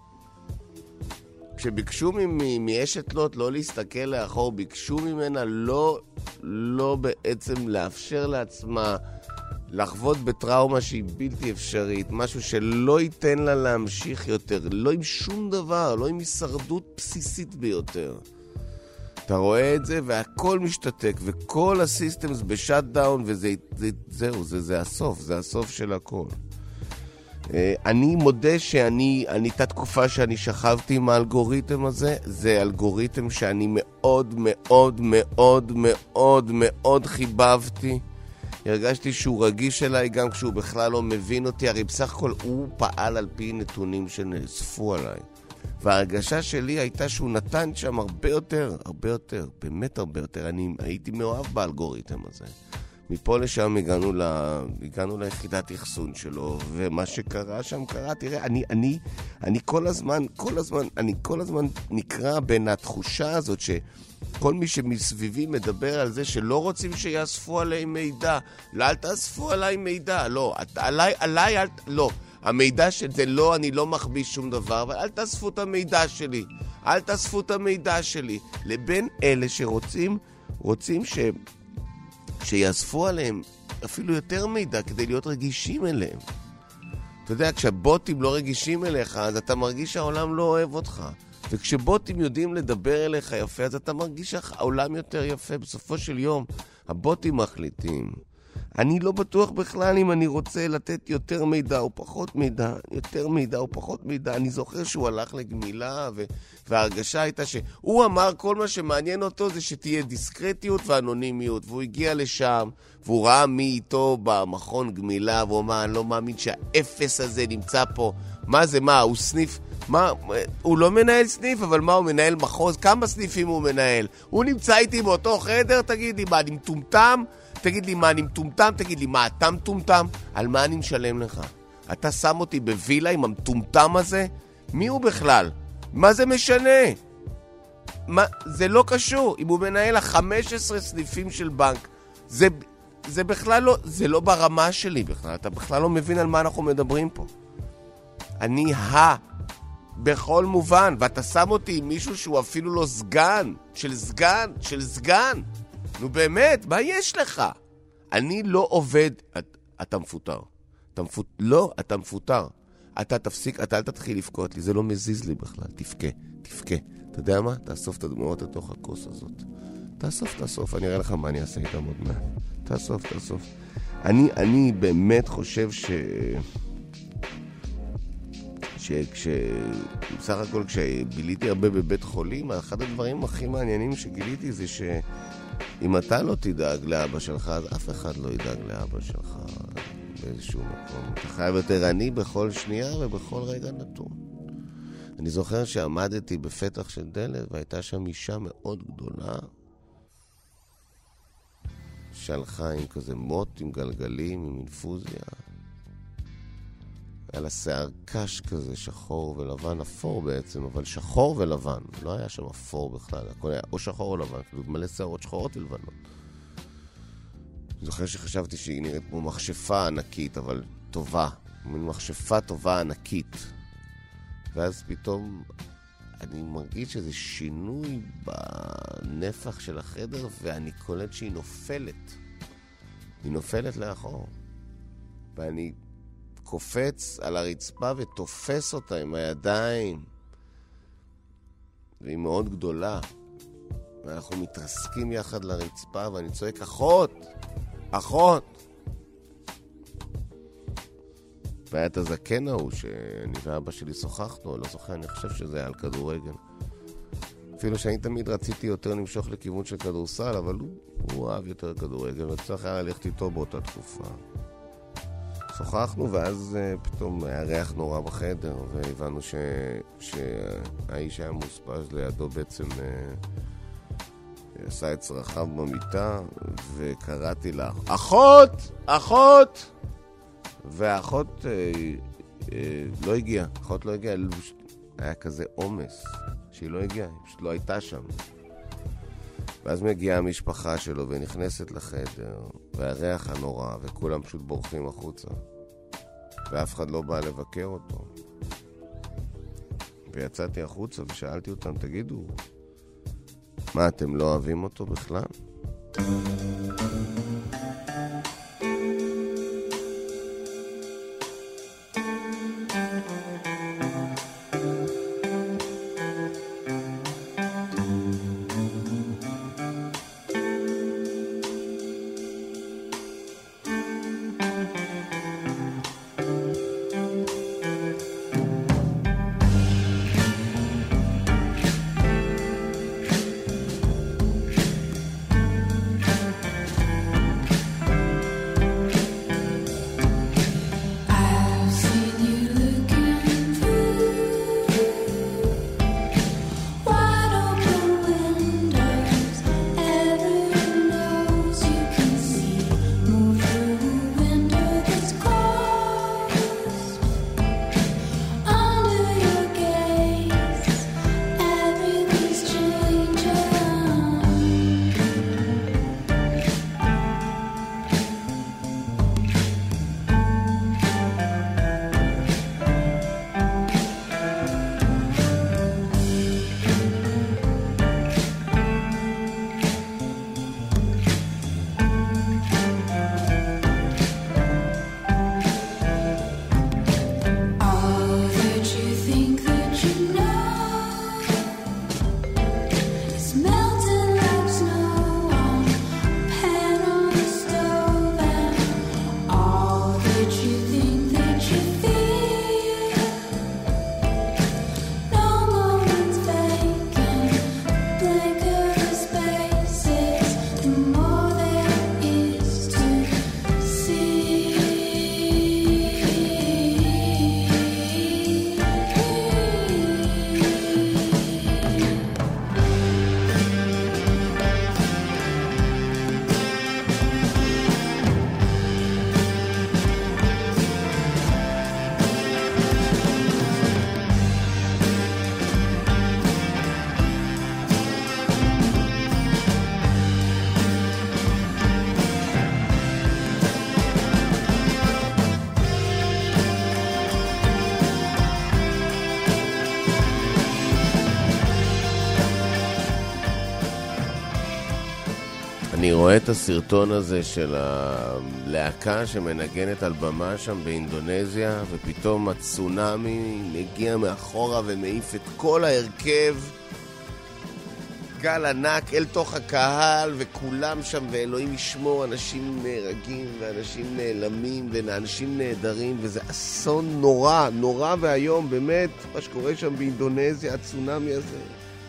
כשביקשו מאשת לוט לא להסתכל לאחור, ביקשו ממנה לא בעצם לאפשר לעצמה לחוות בטראומה שהיא בלתי אפשרית, משהו שלא ייתן לה להמשיך יותר, לא עם שום דבר, לא עם הישרדות בסיסית ביותר. אתה רואה את זה והכל משתתק וכל הסיסטמס בשאט דאון וזהו, זה הסוף, זה הסוף של הכל. אני מודה הייתה תקופה שאני שכבתי עם האלגוריתם הזה. זה אלגוריתם שאני מאוד מאוד מאוד מאוד מאוד חיבבתי. הרגשתי שהוא רגיש אליי גם כשהוא בכלל לא מבין אותי. הרי בסך הכל הוא פעל על פי נתונים שנאספו עליי. וההרגשה שלי הייתה שהוא נתן שם הרבה יותר, באמת הרבה יותר. אני הייתי מאוהב באלגוריתם הזה. מפה לשם הגענו ליחידת אחסון שלו, ומה שקרה שם קרה, תראה, אני כל הזמן נקרא בין התחושה הזאת שכל מי שמסביבי מדבר על זה שלא רוצים שיאספו עליי מידע. לא, אל תאספו עליי מידע, לא, עליי, לא. המידע של זה לא, אני לא מחביש שום דבר, אבל אל תאספו את המידע שלי. אל תאספו את המידע שלי. לבין אלה שרוצים שיאספו עליהם אפילו יותר מידע כדי להיות רגישים אליהם. אתה יודע, כשהבוטים לא רגישים אליך, אז אתה מרגיש שהעולם לא אוהב אותך. וכשבוטים יודעים לדבר אליך יפה, אז אתה מרגיש שהעולם יותר יפה. בסופו של יום, הבוטים מחליטים. אני לא בטוח בכלל אם אני רוצה לתת יותר מידע או פחות מידע, יותר מידע או פחות מידע. אני זוכר שהוא הלך לגמילה, וההרגשה הייתה שהוא אמר כל מה שמעניין אותו זה שתהיה דיסקרטיות ואנונימיות, והוא הגיע לשם, והוא ראה מי איתו במכון גמילה, והוא אמר, אני לא מאמין שהאפס הזה נמצא פה. מה זה, מה, הוא סניף? מה, הוא לא מנהל סניף, אבל מה, הוא מנהל מחוז? כמה סניפים הוא מנהל? הוא נמצא איתי באותו חדר, תגיד לי, מה, אני מטומטם? תגיד לי מה אני מטומטם, תגיד לי מה אתה מטומטם, על מה אני משלם לך? אתה שם אותי בווילה עם המטומטם הזה? מי הוא בכלל? מה זה משנה? זה לא קשור. אם הוא מנהל 15 סניפים של בנק, זה בכלל לא, זה לא ברמה שלי בכלל. אתה בכלל לא מבין על מה אנחנו מדברים פה. אני בכל מובן, ואתה שם אותי עם מישהו שהוא אפילו לא סגן, של סגן. נו באמת, מה יש לך? אני לא עובד. אתה מפוטר. לא, אתה מפוטר. אתה תפסיק, אתה אל תתחיל לבכות לי, זה לא מזיז לי בכלל. תפקה. אתה יודע מה? תאסוף את הדמעות לתוך הכוס הזאת. תאסוף, אני אראה לך מה אני אעשה איתם עוד מעט. תאסוף. אני באמת חושב בסך הכל כשביליתי הרבה בבית חולים, אחד הדברים הכי מעניינים שגיליתי זה שאם אתה לא תדאג לאבא שלך, אז אף אחד לא ידאג לאבא שלך באיזשהו מקום. אתה חייב יותר עני בכל שנייה ובכל רגע נתון. אני זוכר שעמדתי בפתח של דלת והייתה שם אישה מאוד גדולה שהלכה עם כזה מוט, עם גלגלים, עם אינפוזיה. היה לה שיער קש כזה, שחור ולבן, אפור בעצם, אבל שחור ולבן. לא היה שם אפור בכלל, הכל היה או שחור או לבן, כאילו מלא שיערות שחורות ולבנות. אני זוכר שחשבתי שהיא נראית כמו מכשפה ענקית, אבל טובה. מין מכשפה טובה ענקית. ואז פתאום אני מרגיש איזה שינוי בנפח של החדר, ואני קולט שהיא נופלת. היא נופלת לאחור. ואני קופץ על הרצפה ותופס אותה עם הידיים. והיא מאוד גדולה. ואנחנו מתרסקים יחד לרצפה, ואני צועק, אחות! אחות! והיה את הזקן ההוא שאני ואבא שלי שוחחנו, לא זוכר, אני חושב שזה היה על כדורגל. אפילו שאני תמיד רציתי יותר למשוך לכיוון של כדורסל, אבל הוא אהב יותר כדורגל, וצריך היה ללכת איתו באותה תקופה. שוחחנו, ואז פתאום היה ריח נורא בחדר, והבנו שהאיש היה מוספש לידו בעצם עשה את צרכיו במיטה, וקראתי לה, אחות! אחות! והאחות לא הגיעה, אחות לא הגיעה, היה כזה עומס שהיא לא הגיעה, היא פשוט לא הייתה שם. ואז מגיעה המשפחה שלו ונכנסת לחדר, והריח הנורא, וכולם פשוט בורחים החוצה. ואף אחד לא בא לבקר אותו. ויצאתי החוצה ושאלתי אותם, תגידו, מה, אתם לא אוהבים אותו בכלל? אני רואה את הסרטון הזה של הלהקה שמנגנת על במה שם באינדונזיה, ופתאום הצונאמי מגיע מאחורה ומעיף את כל ההרכב, גל ענק אל תוך הקהל, וכולם שם, ואלוהים ישמור, אנשים נהרגים ואנשים נעלמים ואנשים נהדרים, וזה אסון נורא, נורא והיום, באמת, מה שקורה שם באינדונזיה, הצונאמי הזה.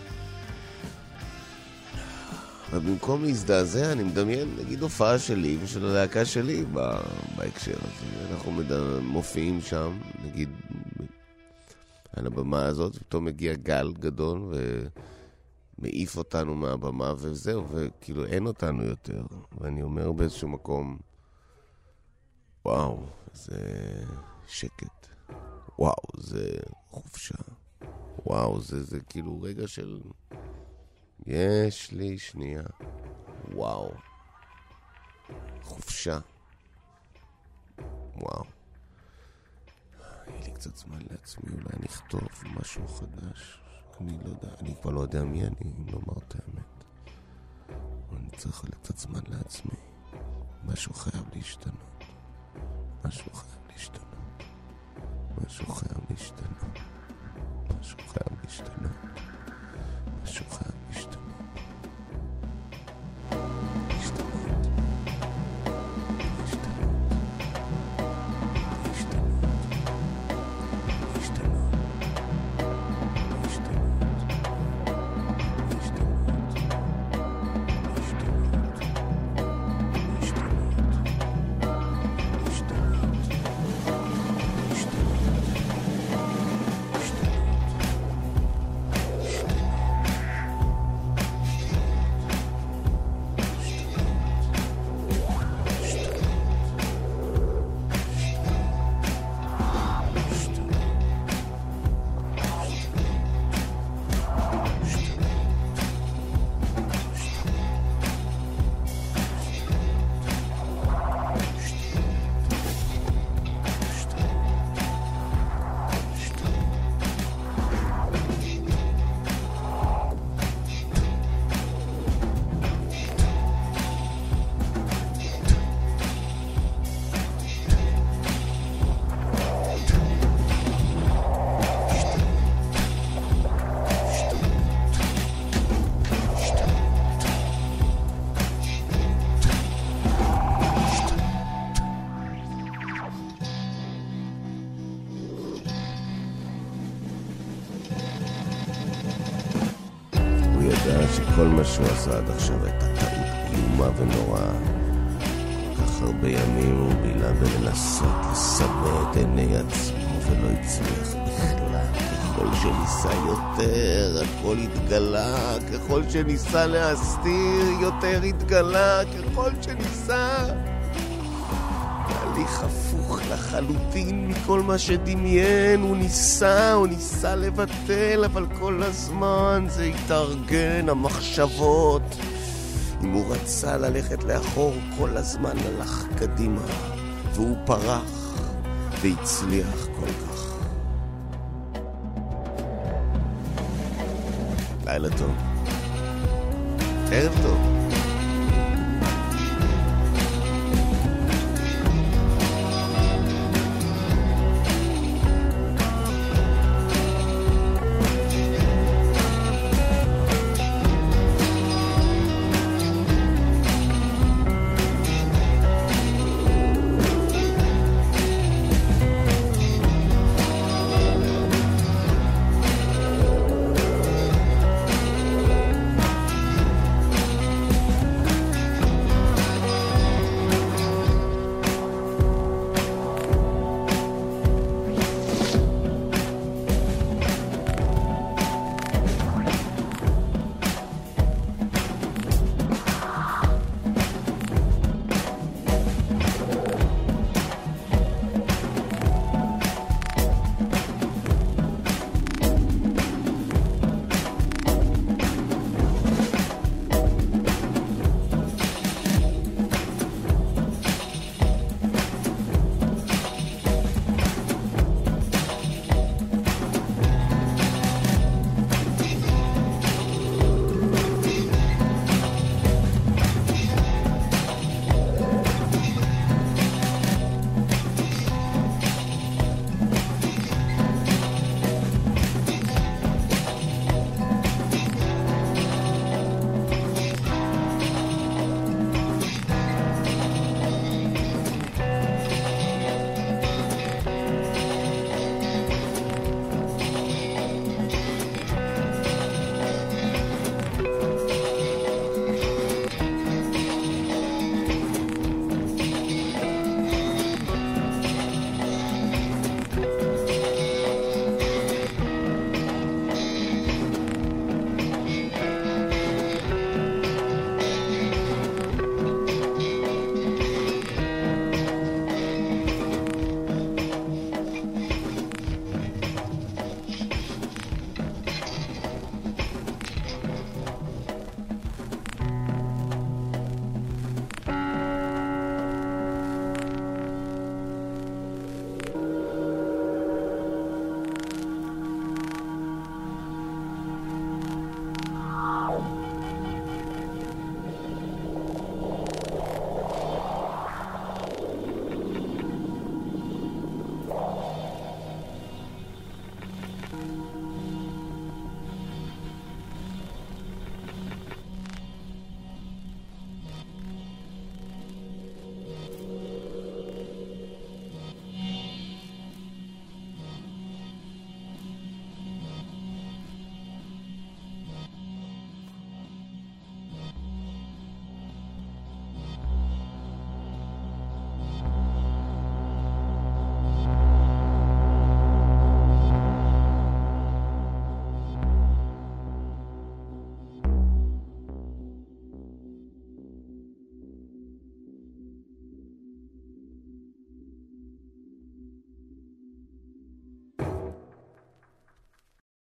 ובמקום להזדעזע, אני מדמיין, נגיד, הופעה שלי ושל הלהקה שלי בהקשר הזה. אנחנו מופיעים שם, נגיד, על הבמה הזאת, ופתאום מגיע גל גדול ומעיף אותנו מהבמה, וזהו, וכאילו אין אותנו יותר. ואני אומר באיזשהו מקום, וואו, זה שקט. וואו, זה חופשה. וואו, זה כאילו רגע של... יש לי שנייה. וואו. חופשה. וואו. יהיה לי קצת זמן לעצמי, אולי נכתוב משהו חדש. אני לא יודע, אני כבר לא יודע מי אני, אם לומר את האמת. אני צריך קצת זמן לעצמי. משהו חייב להשתנות. משהו חייב להשתנות. משהו חייב להשתנות. משהו חייב להשתנות. משהו חייב להשתנות. שכל מה שהוא עשה עד עכשיו הייתה טעות איומה ונוראה. כל כך הרבה ימים הוא בילה בלנסות לסמא את עיני עצמו ולא הצליח בכלל. ככל שניסה יותר, הכל התגלה. ככל שניסה להסתיר, יותר התגלה. ככל שניסה, תהליך הפוך לחלוטין מכל מה שדמיין. הוא ניסה לבטל, אבל כל הזמן זה התארגן, המחשבות. אם הוא רצה ללכת לאחור, כל הזמן הלך קדימה, והוא פרח והצליח כל כך. לילה טוב, ערב טוב.